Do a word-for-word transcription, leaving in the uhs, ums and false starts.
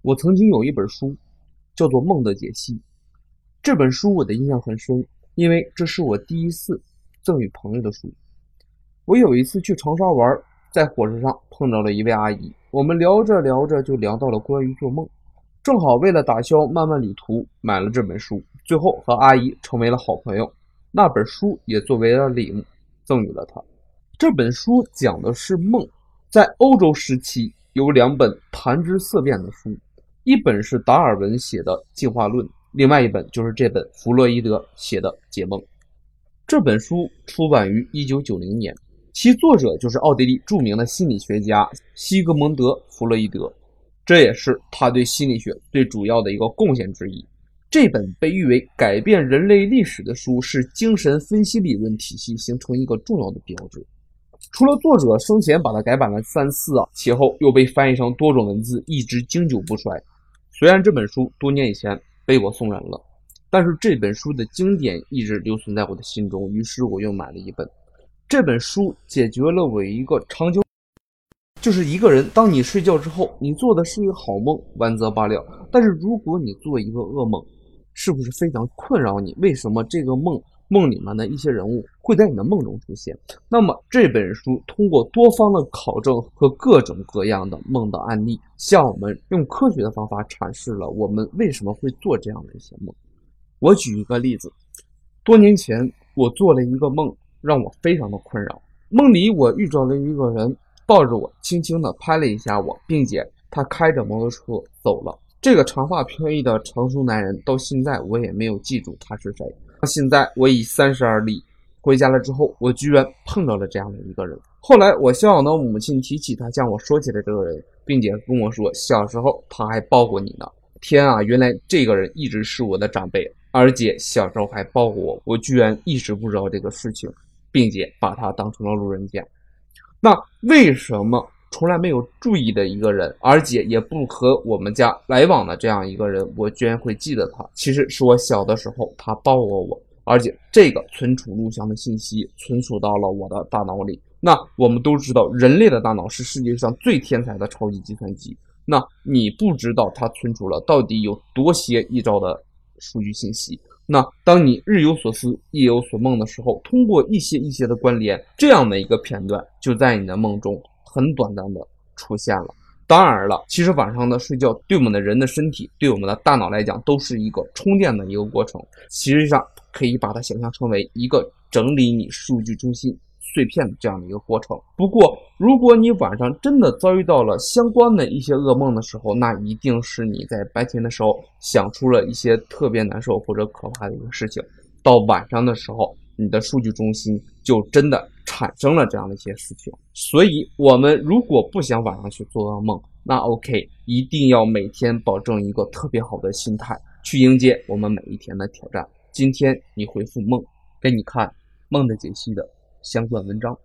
我曾经有一本书，叫做《梦的解析》。这本书我的印象很深，因为这是我第一次赠与朋友的书。我有一次去长沙玩，在火车上碰到了一位阿姨，我们聊着聊着就聊到了关于做梦。正好为了打消漫漫旅途，买了这本书，最后和阿姨成为了好朋友。那本书也作为了礼物赠予了她。这本书讲的是梦。在欧洲时期有两本谈之色变的书，一本是达尔文写的《进化论》，另外一本就是这本弗洛伊德写的《解梦》。这本书出版于一九九零年，其作者就是奥地利著名的心理学家西格蒙德·弗洛伊德，这也是他对心理学最主要的一个贡献之一。这本被誉为改变人类历史的书，是精神分析理论体系形成一个重要的标志。除了作者生前把它改版了三次啊，其后又被翻译成多种文字，一直经久不衰。虽然这本书多年以前被我送人了，但是这本书的经典一直留存在我的心中，于是我又买了一本。这本书解决了我一个长久，就是一个人当你睡觉之后，你做的是一个好梦，完则罢了，但是如果你做一个噩梦，是不是非常困扰你？为什么这个梦梦里面的一些人物会在你的梦中出现？那么这本书通过多方的考证和各种各样的梦的案例，向我们用科学的方法阐释了我们为什么会做这样的一些梦。我举一个例子，多年前我做了一个梦，让我非常的困扰。梦里我遇到了一个人，抱着我轻轻地拍了一下我，并且他开着摩托车走了。这个长发飘逸的成熟男人，到现在我也没有记住他是谁。现在我已三十而立，回家了之后，我居然碰到了这样的一个人。后来我孝养的母亲提起他，向我说起了这个人，并且跟我说，小时候他还抱过你呢。天啊，原来这个人一直是我的长辈，而且小时候还抱过我，我居然一直不知道这个事情，并且把他当成了路人甲。那为什么从来没有注意的一个人，而且也不和我们家来往的这样一个人，我居然会记得他？其实是我小的时候他抱过我，而且这个存储录像的信息存储到了我的大脑里。那我们都知道，人类的大脑是世界上最天才的超级计算机，那你不知道它存储了到底有多些亿兆的数据信息。那当你日有所思夜有所梦的时候，通过一些一些的关联，这样的一个片段就在你的梦中很短暂的出现了。当然了，其实晚上的睡觉对我们的人的身体，对我们的大脑来讲，都是一个充电的一个过程。其实上可以把它想象成为一个整理你数据中心碎片的这样的一个过程。不过如果你晚上真的遭遇到了相关的一些噩梦的时候，那一定是你在白天的时候想出了一些特别难受或者可怕的一个事情，到晚上的时候你的数据中心就真的产生了这样的一些事情。所以我们如果不想晚上去做噩梦，那 OK， 一定要每天保证一个特别好的心态，去迎接我们每一天的挑战。今天你回复梦，给你看梦的解析的相关文章。